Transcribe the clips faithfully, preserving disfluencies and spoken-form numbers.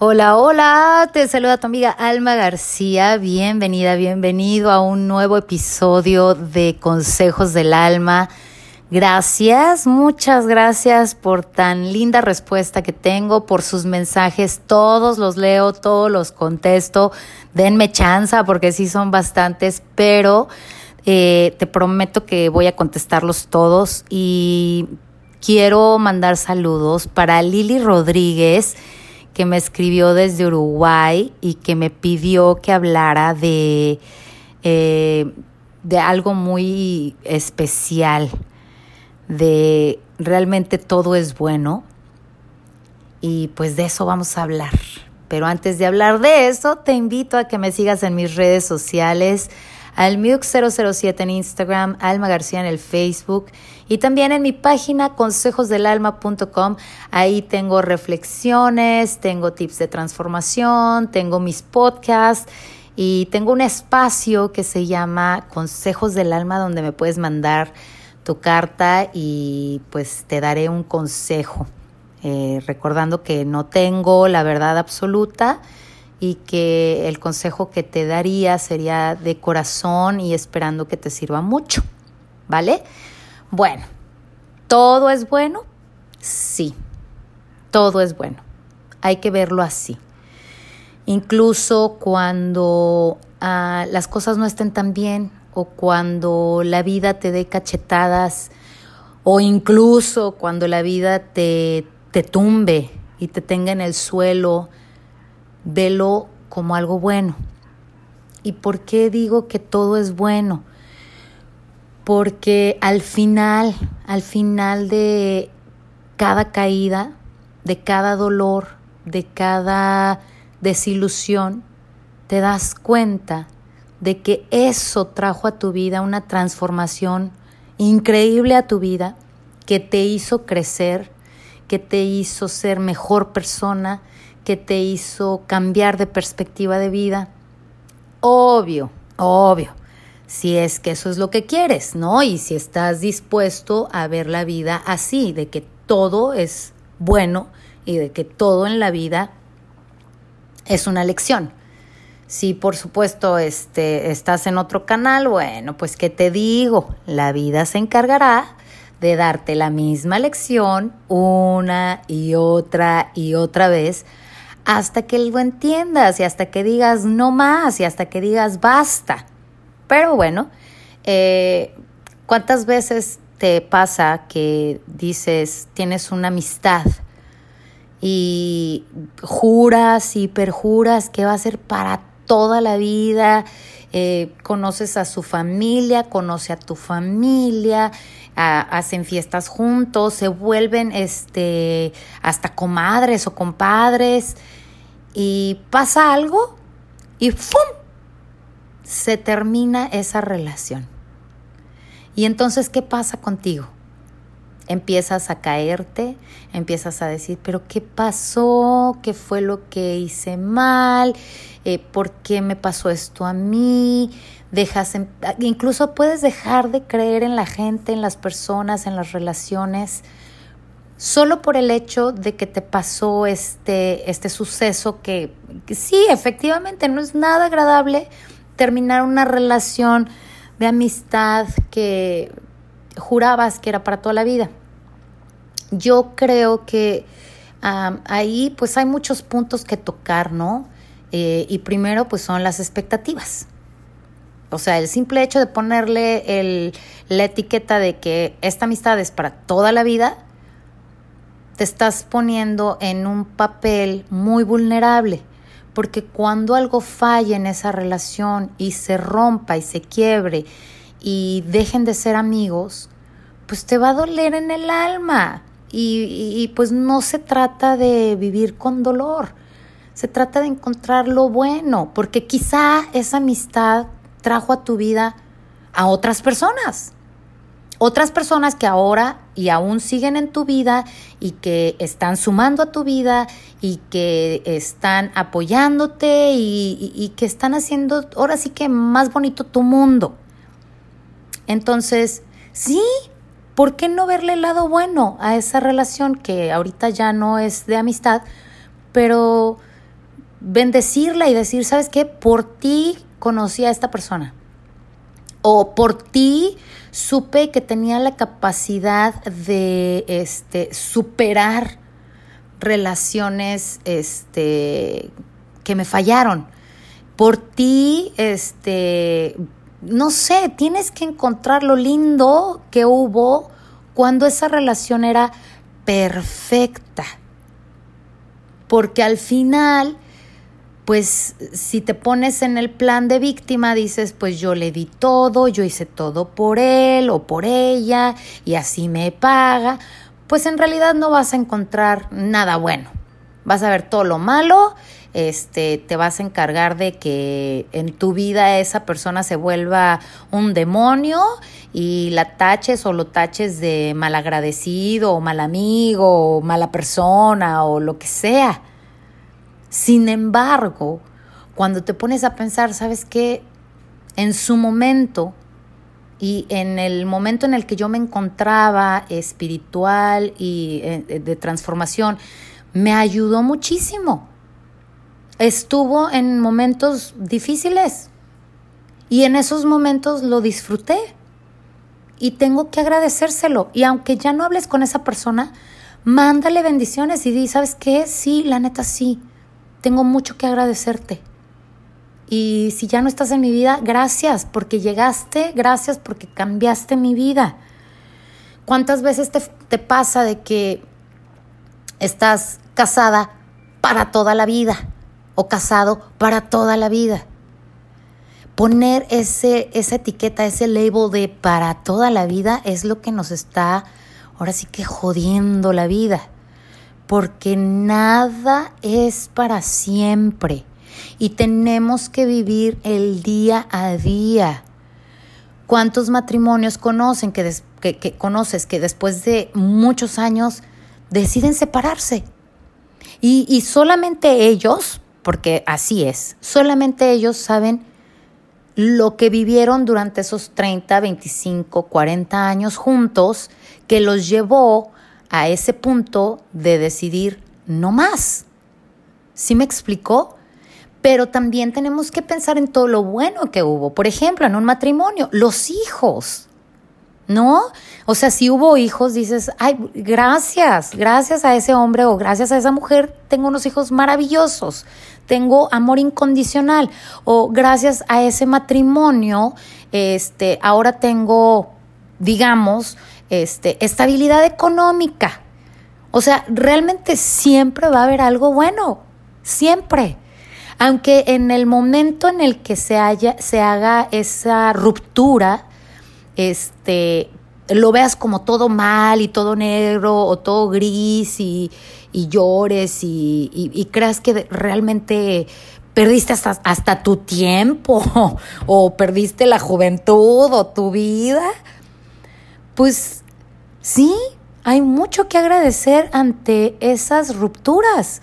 Hola, hola, te saluda tu amiga Alma García, bienvenida, bienvenido a un nuevo episodio de Consejos del Alma. Gracias, muchas gracias por tan linda respuesta que tengo, por sus mensajes, todos los leo, todos los contesto, denme chanza porque sí son bastantes, pero eh, te prometo que voy a contestarlos todos y quiero mandar saludos para Lili Rodríguez, que me escribió desde Uruguay y que me pidió que hablara de, eh, de algo muy especial, de realmente todo es bueno, y pues de eso vamos a hablar. Pero antes de hablar de eso, te invito a que me sigas en mis redes sociales, Almiux cero cero siete en Instagram, Alma García en el Facebook y también en mi página consejos del alma punto com. Ahí tengo reflexiones, tengo tips de transformación, tengo mis podcasts y tengo un espacio que se llama Consejos del Alma donde me puedes mandar tu carta y pues te daré un consejo, eh, recordando que no tengo la verdad absoluta y que el consejo que te daría sería de corazón y esperando que te sirva mucho, ¿vale? Bueno, ¿todo es bueno? Sí, todo es bueno. Hay que verlo así. Incluso cuando uh, las cosas no estén tan bien o cuando la vida te dé cachetadas o incluso cuando la vida te, te tumbe y te tenga en el suelo, velo como algo bueno. ¿Y por qué digo que todo es bueno? Porque al final, al final de cada caída, de cada dolor, de cada desilusión, te das cuenta de que eso trajo a tu vida una transformación increíble a tu vida, que te hizo crecer, que te hizo ser mejor persona, que te hizo cambiar de perspectiva de vida. Obvio, obvio, si es que eso es lo que quieres, ¿no? Y si estás dispuesto a ver la vida así, de que todo es bueno y de que todo en la vida es una lección. Si por supuesto este, estás en otro canal, bueno, pues ¿qué te digo? La vida se encargará de darte la misma lección una y otra y otra vez hasta que lo entiendas y hasta que digas no más y hasta que digas basta. Pero bueno, eh, ¿cuántas veces te pasa que dices, tienes una amistad y juras y perjuras que va a ser para toda la vida? Eh, conoces a su familia, conoce a tu familia, a, hacen fiestas juntos, se vuelven este, hasta comadres o compadres y pasa algo y ¡fum! Se termina esa relación. Y entonces, ¿qué pasa contigo? Empiezas a caerte, empiezas a decir, ¿pero qué pasó? ¿Qué fue lo que hice mal? Eh, ¿Por qué me pasó esto a mí? Dejas, en, incluso puedes dejar de creer en la gente, en las personas, en las relaciones, solo por el hecho de que te pasó este, este suceso que, que sí, efectivamente, no es nada agradable terminar una relación de amistad que jurabas que era para toda la vida. Yo creo que um, ahí pues hay muchos puntos que tocar, ¿no? Eh, y primero pues son las expectativas. O sea, el simple hecho de ponerle el, la etiqueta de que esta amistad es para toda la vida, te estás poniendo en un papel muy vulnerable. Porque cuando algo falla en esa relación y se rompa y se quiebre y dejen de ser amigos, pues te va a doler en el alma. Y, y, y pues no se trata de vivir con dolor, se trata de encontrar lo bueno, porque quizá esa amistad trajo a tu vida a otras personas. Otras personas que ahora y aún siguen en tu vida y que están sumando a tu vida y que están apoyándote y, y, y que están haciendo ahora sí que más bonito tu mundo. Entonces, sí, ¿por qué no verle el lado bueno a esa relación que ahorita ya no es de amistad, pero bendecirla y decir, ¿sabes qué? Por ti conocí a esta persona. O por ti supe que tenía la capacidad de este, superar relaciones este, que me fallaron. Por ti, este, no sé, tienes que encontrar lo lindo que hubo cuando esa relación era perfecta. Porque al final, pues si te pones en el plan de víctima, dices, pues yo le di todo, yo hice todo por él o por ella y así me paga. Pues en realidad no vas a encontrar nada bueno. Vas a ver todo lo malo, este, te vas a encargar de que en tu vida esa persona se vuelva un demonio y la taches o lo taches de malagradecido o mal amigo o mala persona o lo que sea. Sin embargo, cuando te pones a pensar, ¿sabes qué? En su momento y en el momento en el que yo me encontraba espiritual y eh, de transformación, me ayudó muchísimo. Estuvo en momentos difíciles y en esos momentos lo disfruté y tengo que agradecérselo. Y aunque ya no hables con esa persona, mándale bendiciones y di, ¿sabes qué? Sí, la neta sí. Tengo mucho que agradecerte. Y si ya no estás en mi vida, gracias porque llegaste, gracias porque cambiaste mi vida. ¿Cuántas veces te, te pasa de que estás casada para toda la vida o casado para toda la vida? Poner ese, esa etiqueta, ese label de para toda la vida es lo que nos está ahora sí que jodiendo la vida. Porque nada es para siempre y tenemos que vivir el día a día. ¿Cuántos matrimonios conocen que, des, que, que conoces que después de muchos años deciden separarse? Y, y solamente ellos, porque así es, solamente ellos saben lo que vivieron durante esos treinta, veinticinco, cuarenta años juntos que los llevó a ese punto de decidir no más. ¿Sí me explicó? Pero también tenemos que pensar en todo lo bueno que hubo. Por ejemplo, en un matrimonio, los hijos, ¿no? O sea, si hubo hijos, dices, ay, gracias, gracias a ese hombre o gracias a esa mujer, tengo unos hijos maravillosos, tengo amor incondicional. O gracias a ese matrimonio, este, ahora tengo, digamos, Este, estabilidad económica. O sea, realmente siempre va a haber algo bueno, siempre. Aunque en el momento en el que se, haya, se haga esa ruptura, este, lo veas como todo mal y todo negro o todo gris y, y llores y, y, y creas que realmente perdiste hasta, hasta tu tiempo o perdiste la juventud o tu vida, pues sí, hay mucho que agradecer ante esas rupturas.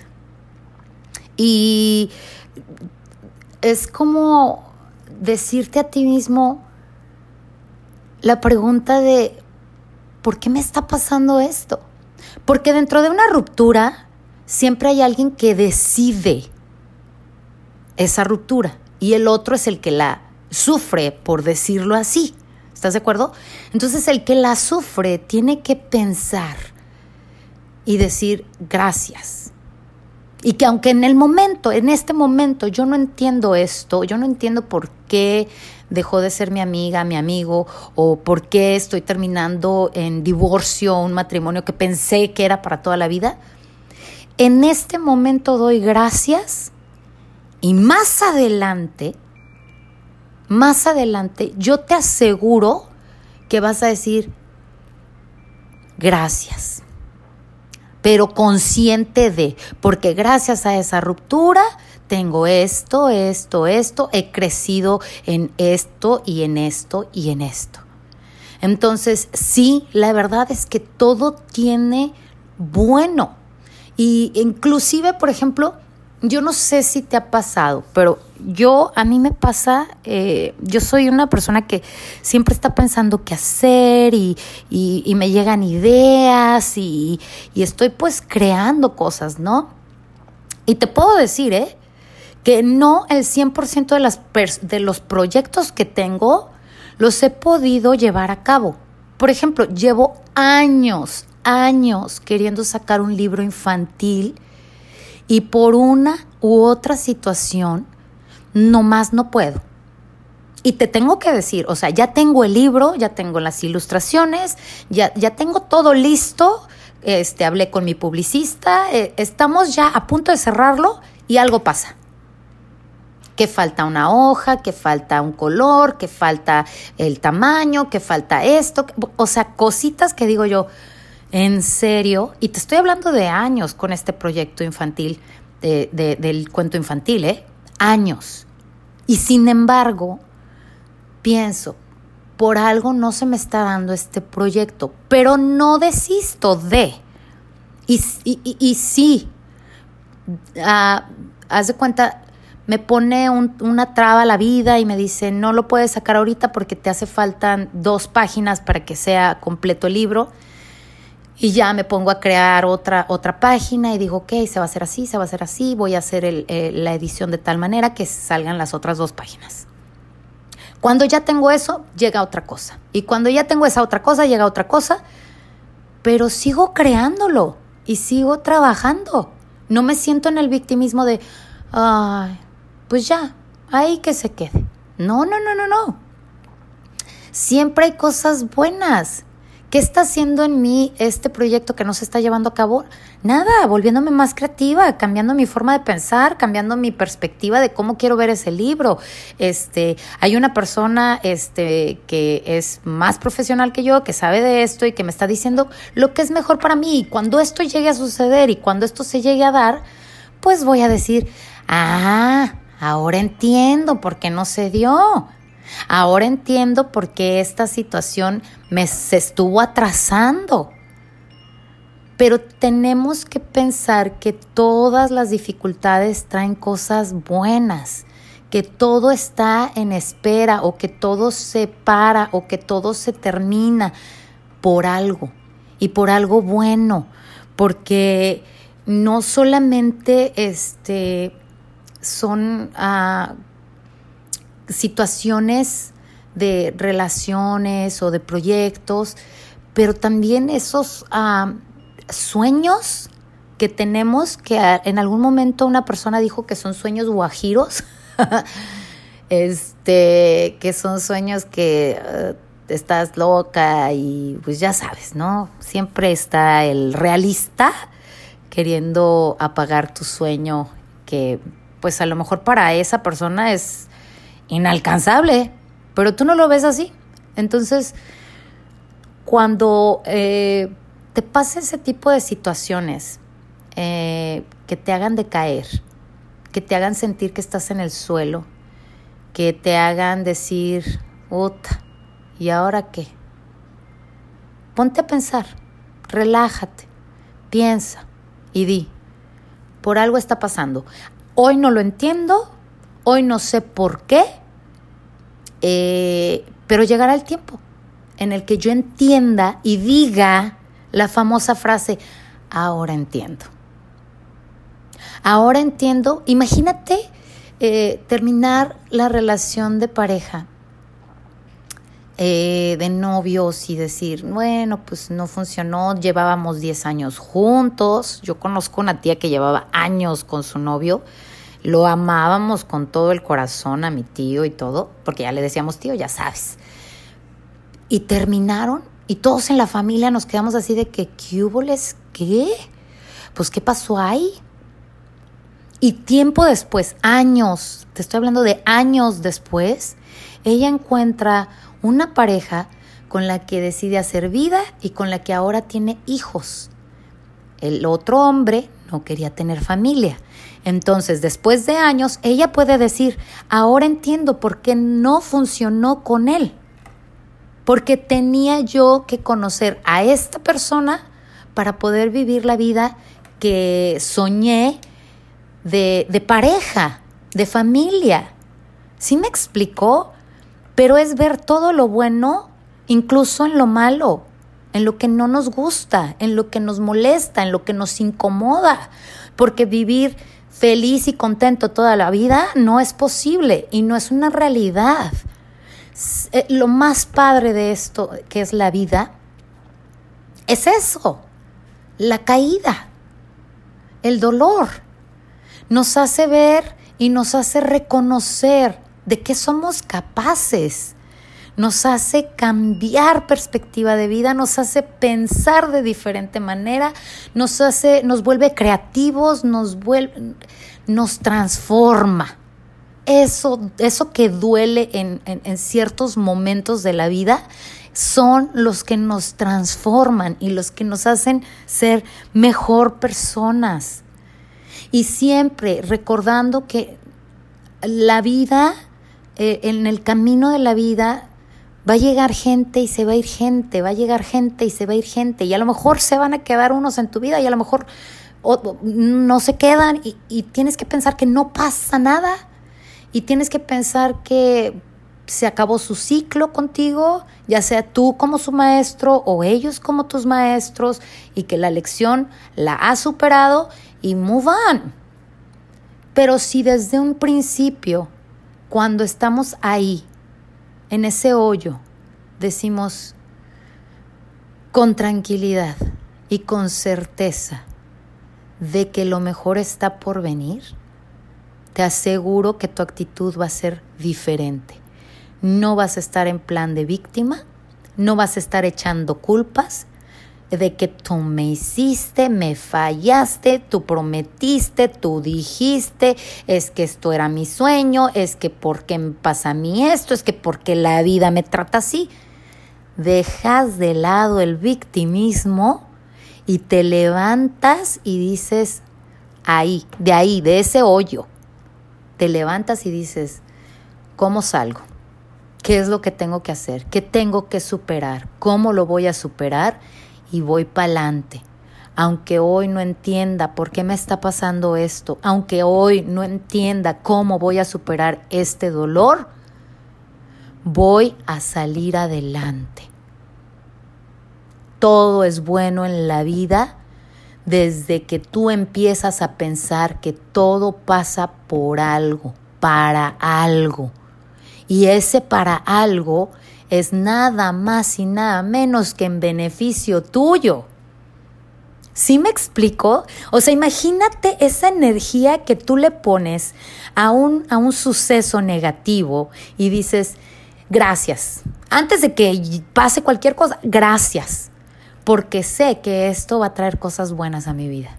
Y es como decirte a ti mismo la pregunta de ¿por qué me está pasando esto? Porque dentro de una ruptura siempre hay alguien que decide esa ruptura y el otro es el que la sufre, por decirlo así. ¿Estás de acuerdo? Entonces el que la sufre tiene que pensar y decir gracias. Y que aunque en el momento, en este momento yo no entiendo esto, yo no entiendo por qué dejó de ser mi amiga, mi amigo, o por qué estoy terminando en divorcio, un matrimonio que pensé que era para toda la vida, en este momento doy gracias y más adelante Más adelante, yo te aseguro que vas a decir gracias, pero consciente de, porque gracias a esa ruptura tengo esto, esto, esto, he crecido en esto y en esto y en esto. Entonces, sí, la verdad es que todo tiene bueno. Y inclusive, por ejemplo, yo no sé si te ha pasado, pero yo, a mí me pasa, eh, yo soy una persona que siempre está pensando qué hacer y, y, y me llegan ideas y, y estoy pues creando cosas, ¿no? Y te puedo decir, ¿eh? que no el cien por ciento de, las pers- de los proyectos que tengo los he podido llevar a cabo. Por ejemplo, llevo años, años queriendo sacar un libro infantil y por una u otra situación nomás no puedo. Y te tengo que decir, o sea, ya tengo el libro, ya tengo las ilustraciones, ya, ya tengo todo listo, este, hablé con mi publicista, eh, estamos ya a punto de cerrarlo y algo pasa. Que falta una hoja, que falta un color, que falta el tamaño, que falta esto, o sea, cositas que digo yo, en serio, y te estoy hablando de años con este proyecto infantil, de, de, del cuento infantil, ¿eh? Años. Y sin embargo, pienso, por algo no se me está dando este proyecto, pero no desisto de. Y, y, y, y sí, uh, haz de cuenta, me pone un, una traba a la vida y me dice, no lo puedes sacar ahorita porque te hace falta dos páginas para que sea completo el libro. Y ya me pongo a crear otra, otra página y digo, ok, se va a hacer así, se va a hacer así, voy a hacer el, eh, la edición de tal manera que salgan las otras dos páginas. Cuando ya tengo eso, llega otra cosa. Y cuando ya tengo esa otra cosa, llega otra cosa. Pero sigo creándolo y sigo trabajando. No me siento en el victimismo de, ay, pues ya, ahí que se quede. No, no, no, no, no. Siempre hay cosas buenas. ¿Qué está haciendo en mí este proyecto que no se está llevando a cabo? Nada, volviéndome más creativa, cambiando mi forma de pensar, cambiando mi perspectiva de cómo quiero ver ese libro. Este, hay una persona este, que es más profesional que yo, que sabe de esto y que me está diciendo lo que es mejor para mí. Y cuando esto llegue a suceder y cuando esto se llegue a dar, pues voy a decir, ah, ahora entiendo por qué no se dio. Ahora entiendo por qué esta situación me se estuvo atrasando. Pero tenemos que pensar que todas las dificultades traen cosas buenas, que todo está en espera o que todo se para o que todo se termina por algo y por algo bueno, porque no solamente este, son uh, situaciones de relaciones o de proyectos, pero también esos uh, sueños que tenemos, que uh, en algún momento una persona dijo que son sueños guajiros, este, que son sueños que uh, estás loca y pues ya sabes, ¿no? Siempre está el realista queriendo apagar tu sueño que pues a lo mejor para esa persona es inalcanzable, pero tú no lo ves así. Entonces, cuando eh, te pase ese tipo de situaciones eh, que te hagan decaer, que te hagan sentir que estás en el suelo, que te hagan decir, puta, ¿y ahora qué? Ponte a pensar, relájate, piensa y di, por algo está pasando. Hoy no lo entiendo, hoy no sé por qué, eh, pero llegará el tiempo en el que yo entienda y diga la famosa frase, ahora entiendo. Ahora entiendo, imagínate eh, terminar la relación de pareja, eh, de novios y decir, bueno, pues no funcionó, llevábamos diez años juntos. Yo conozco una tía que llevaba años con su novio, lo amábamos con todo el corazón a mi tío y todo, porque ya le decíamos tío, ya sabes. Y terminaron y todos en la familia nos quedamos así de que, ¿qué hubo les? ¿Qué? Pues, ¿qué pasó ahí? Y tiempo después, años, te estoy hablando de años después, ella encuentra una pareja con la que decide hacer vida y con la que ahora tiene hijos. El otro hombre no quería tener familia. Entonces, después de años, ella puede decir, ahora entiendo por qué no funcionó con él. Porque tenía yo que conocer a esta persona para poder vivir la vida que soñé de, de pareja, de familia. ¿Sí me explicó? Pero es ver todo lo bueno, incluso en lo malo, en lo que no nos gusta, en lo que nos molesta, en lo que nos incomoda. Porque vivir feliz y contento toda la vida, no es posible y no es una realidad. Lo más padre de esto, que es la vida, es eso, la caída, el dolor. Nos hace ver y nos hace reconocer de qué somos capaces. Nos hace cambiar perspectiva de vida, nos hace pensar de diferente manera, nos hace, nos vuelve creativos, nos vuelve, nos transforma. Eso, eso que duele en, en, en ciertos momentos de la vida son los que nos transforman y los que nos hacen ser mejor personas. Y siempre recordando que la vida, eh, en el camino de la vida, va a llegar gente y se va a ir gente, va a llegar gente y se va a ir gente. Y a lo mejor se van a quedar unos en tu vida y a lo mejor o, no se quedan. Y, y tienes que pensar que no pasa nada. Y tienes que pensar que se acabó su ciclo contigo, ya sea tú como su maestro o ellos como tus maestros, y que la lección la has superado y move on. Pero si desde un principio, cuando estamos ahí, en ese hoyo, decimos con tranquilidad y con certeza de que lo mejor está por venir, te aseguro que tu actitud va a ser diferente. No vas a estar en plan de víctima, no vas a estar echando culpas de que tú me hiciste, me fallaste, tú prometiste, tú dijiste, es que esto era mi sueño, es que por qué me pasa a mí esto, es que porque la vida me trata así. Dejas de lado el victimismo y te levantas y dices, ahí, de ahí, de ese hoyo, te levantas y dices, ¿cómo salgo? ¿Qué es lo que tengo que hacer? ¿Qué tengo que superar? ¿Cómo lo voy a superar? Y voy para adelante. Aunque hoy no entienda por qué me está pasando esto, aunque hoy no entienda cómo voy a superar este dolor, voy a salir adelante. Todo es bueno en la vida desde que tú empiezas a pensar que todo pasa por algo, para algo. Y ese para algo es nada más y nada menos que en beneficio tuyo. ¿Sí me explico? O sea, imagínate esa energía que tú le pones a un, a un suceso negativo y dices, gracias. Antes de que pase cualquier cosa, gracias. Porque sé que esto va a traer cosas buenas a mi vida.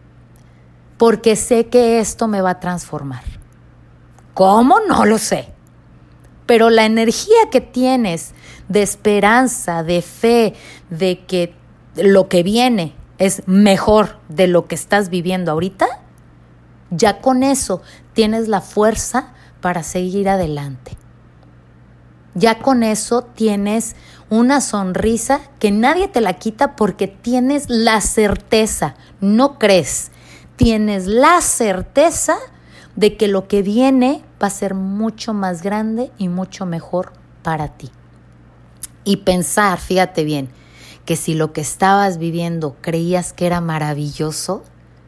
Porque sé que esto me va a transformar. ¿Cómo? No lo sé. Pero la energía que tienes de esperanza, de fe, de que lo que viene es mejor de lo que estás viviendo ahorita, ya con eso tienes la fuerza para seguir adelante. Ya con eso tienes una sonrisa que nadie te la quita porque tienes la certeza, no crees, tienes la certeza de que lo que viene va a ser mucho más grande y mucho mejor para ti. Y pensar, fíjate bien, que si lo que estabas viviendo creías que era maravilloso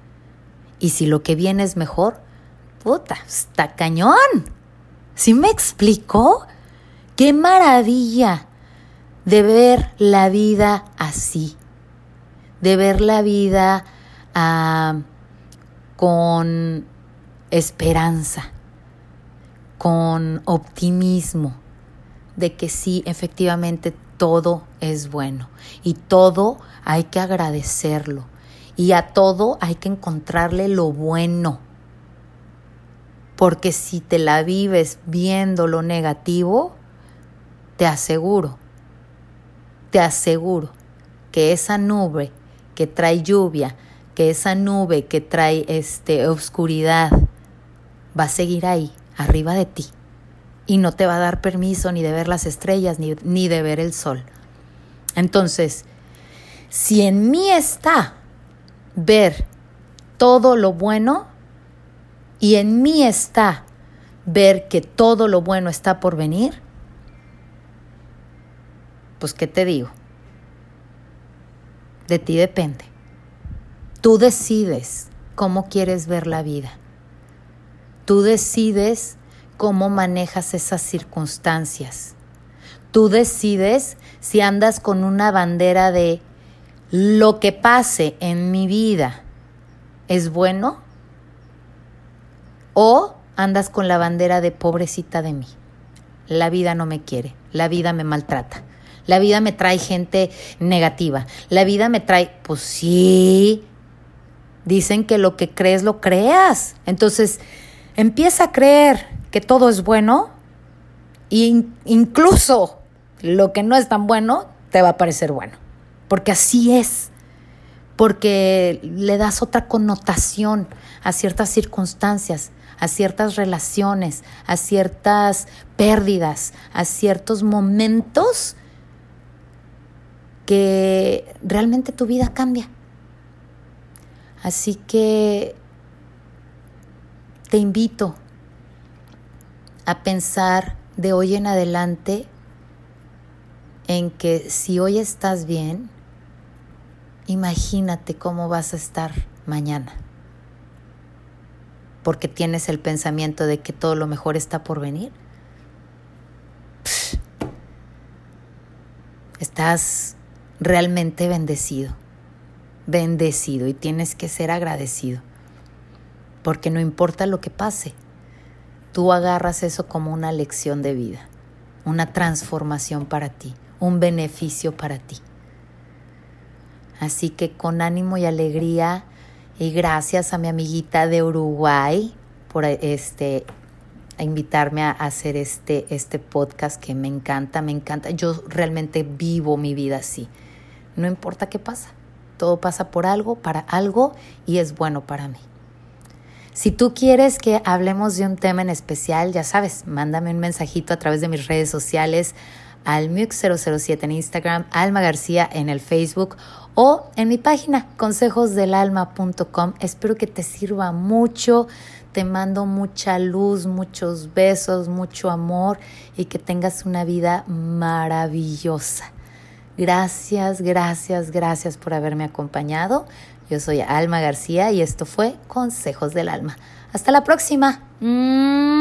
y si lo que viene es mejor, puta, está cañón. ¿Sí me explico? ¡Qué maravilla de ver la vida así! De ver la vida uh, con esperanza, con optimismo, de que sí, efectivamente todo es bueno y todo hay que agradecerlo y a todo hay que encontrarle lo bueno. Porque si te la vives viendo lo negativo, te aseguro, te aseguro que esa nube que trae lluvia, que esa nube que trae este, oscuridad, va a seguir ahí, arriba de ti. Y no te va a dar permiso ni de ver las estrellas, ni, ni de ver el sol. Entonces, si en mí está ver todo lo bueno, y en mí está ver que todo lo bueno está por venir, pues, ¿qué te digo? De ti depende. Tú decides cómo quieres ver la vida. Tú decides cómo manejas esas circunstancias. Tú decides si andas con una bandera de lo que pase en mi vida es bueno o andas con la bandera de pobrecita de mí. La vida no me quiere, la vida me maltrata, la vida me trae gente negativa, la vida me trae, pues sí, dicen que lo que crees lo creas. Entonces, empieza a creer que todo es bueno e incluso lo que no es tan bueno te va a parecer bueno, porque así es, porque le das otra connotación a ciertas circunstancias, a ciertas relaciones, a ciertas pérdidas, a ciertos momentos que realmente tu vida cambia. Así que te invito a pensar de hoy en adelante en que si hoy estás bien, imagínate cómo vas a estar mañana. Porque tienes el pensamiento de que todo lo mejor está por venir. Pff, estás realmente bendecido, bendecido y tienes que ser agradecido. Porque no importa lo que pase, tú agarras eso como una lección de vida, una transformación para ti, un beneficio para ti. Así que con ánimo y alegría, y gracias a mi amiguita de Uruguay por este, a invitarme a hacer este, este podcast que me encanta, me encanta. Yo realmente vivo mi vida así. No importa qué pasa, todo pasa por algo, para algo y es bueno para mí. Si tú quieres que hablemos de un tema en especial, ya sabes, mándame un mensajito a través de mis redes sociales, Almux cero cero siete en Instagram, Alma García en el Facebook o en mi página consejos del alma punto com. Espero que te sirva mucho. Te mando mucha luz, muchos besos, mucho amor y que tengas una vida maravillosa. Gracias, gracias, gracias por haberme acompañado. Yo soy Alma García y esto fue Consejos del Alma. Hasta la próxima.